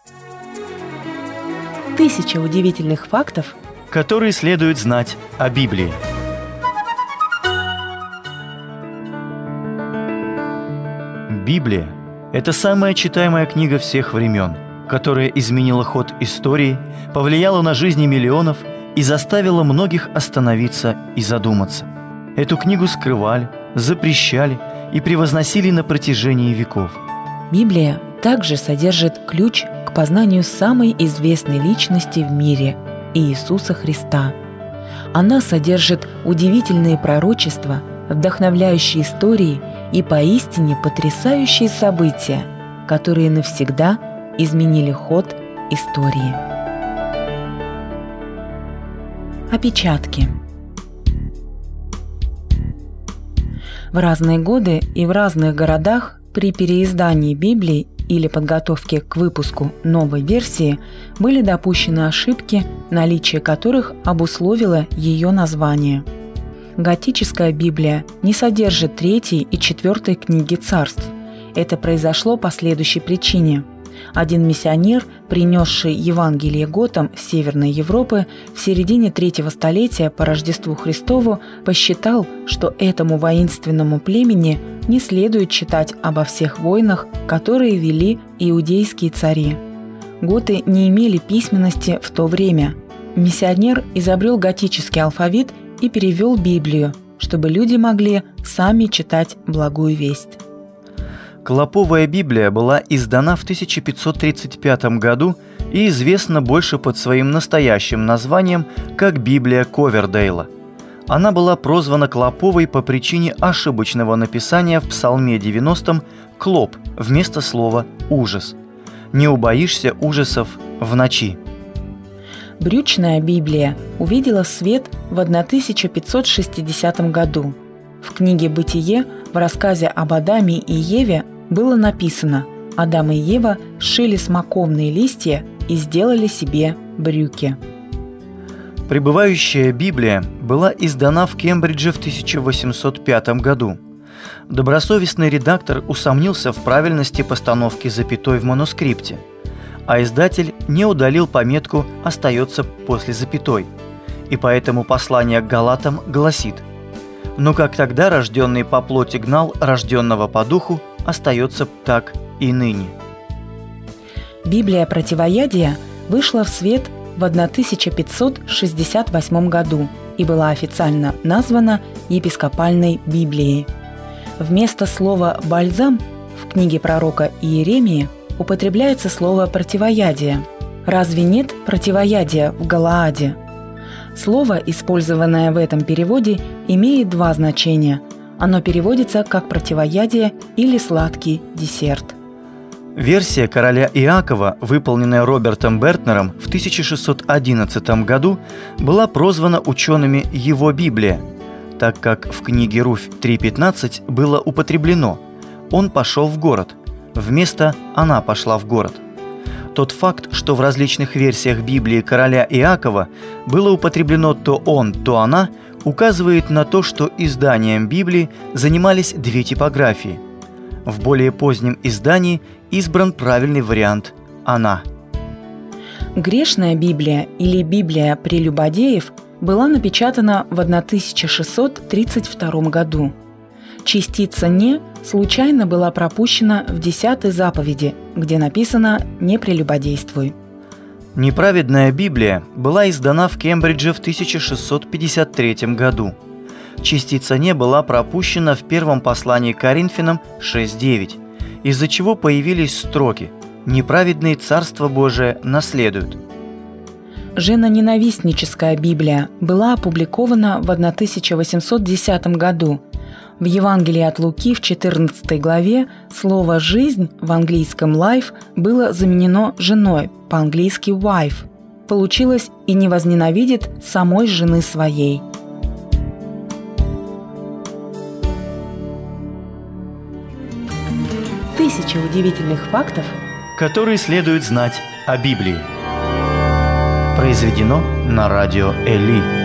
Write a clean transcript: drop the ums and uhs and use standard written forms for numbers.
1000 удивительных фактов, которые следует знать о Библии. Библия – это самая читаемая книга всех времен, которая изменила ход истории, повлияла на жизни миллионов и заставила многих остановиться и задуматься. Эту книгу скрывали, запрещали и превозносили на протяжении веков. Библия также содержит ключ к познанию самой известной личности в мире – Иисуса Христа. Она содержит удивительные пророчества, вдохновляющие истории и поистине потрясающие события, которые навсегда изменили ход истории. Опечатки. В разные годы и в разных городах при переиздании Библии или подготовке к выпуску новой версии были допущены ошибки, наличие которых обусловило ее название. Готическая Библия не содержит 3 и 4 книги царств. Это произошло по следующей причине. Один миссионер, принесший Евангелие готам Северной Европы в середине 3 столетия по Рождеству Христову, посчитал, что этому воинственному племени не следует читать обо всех войнах, которые вели иудейские цари. Готы не имели письменности в то время. Миссионер изобрел готический алфавит и перевел Библию, чтобы люди могли сами читать благую весть. Клоповая Библия была издана в 1535 году и известна больше под своим настоящим названием как Библия Ковердейла. Она была прозвана Клоповой по причине ошибочного написания в Псалме 90 «клоп» вместо слова «ужас». «Не убоишься ужасов в ночи». Брючная Библия увидела свет в 1560 году. В книге «Бытие» в рассказе об Адаме и Еве было написано: Адам и Ева сшили смоковные листья и сделали себе брюки. Пребывающая Библия была издана в Кембридже в 1805 году. Добросовестный редактор усомнился в правильности постановки запятой в манускрипте, а издатель не удалил пометку «остается после запятой», и поэтому послание к Галатам гласит: «Но как тогда рожденный по плоти гнал рожденного по духу, остается так и ныне». Библия противоядия вышла в свет в 1568 году и была официально названа Епископальной Библией. Вместо слова «бальзам» в книге пророка Иеремии употребляется слово «противоядие». Разве нет противоядия в Галааде? Слово, использованное в этом переводе, имеет 2 значения. Оно переводится как «противоядие» или «сладкий десерт». Версия короля Иакова, выполненная Робертом Бертнером в 1611 году, была прозвана учеными «Его Библия», так как в книге Руфь 3.15 было употреблено «Он пошел в город», вместо «Она пошла в город». Тот факт, что в различных версиях Библии короля Иакова было употреблено то «он», то «она», указывает на то, что изданием Библии занимались 2 типографии. В более позднем издании избран правильный вариант «она». Грешная Библия или Библия прелюбодеев была напечатана в 1632 году. Частица «не» случайно была пропущена в 10-й заповеди, где написано «не прелюбодействуй». Неправедная Библия была издана в Кембридже в 1653 году. Частица «не» была пропущена в первом послании к Коринфянам 6.9, из-за чего появились строки «Неправедные Царство Божие наследуют». Женоненавистническая Библия была опубликована в 1810 году. В Евангелии от Луки в 14 главе слово «жизнь» в английском «life» было заменено «женой», по-английски «wife». Получилось «и не возненавидит самой жены своей». Тысяча удивительных фактов, которые следует знать о Библии. Произведено на радио Эли.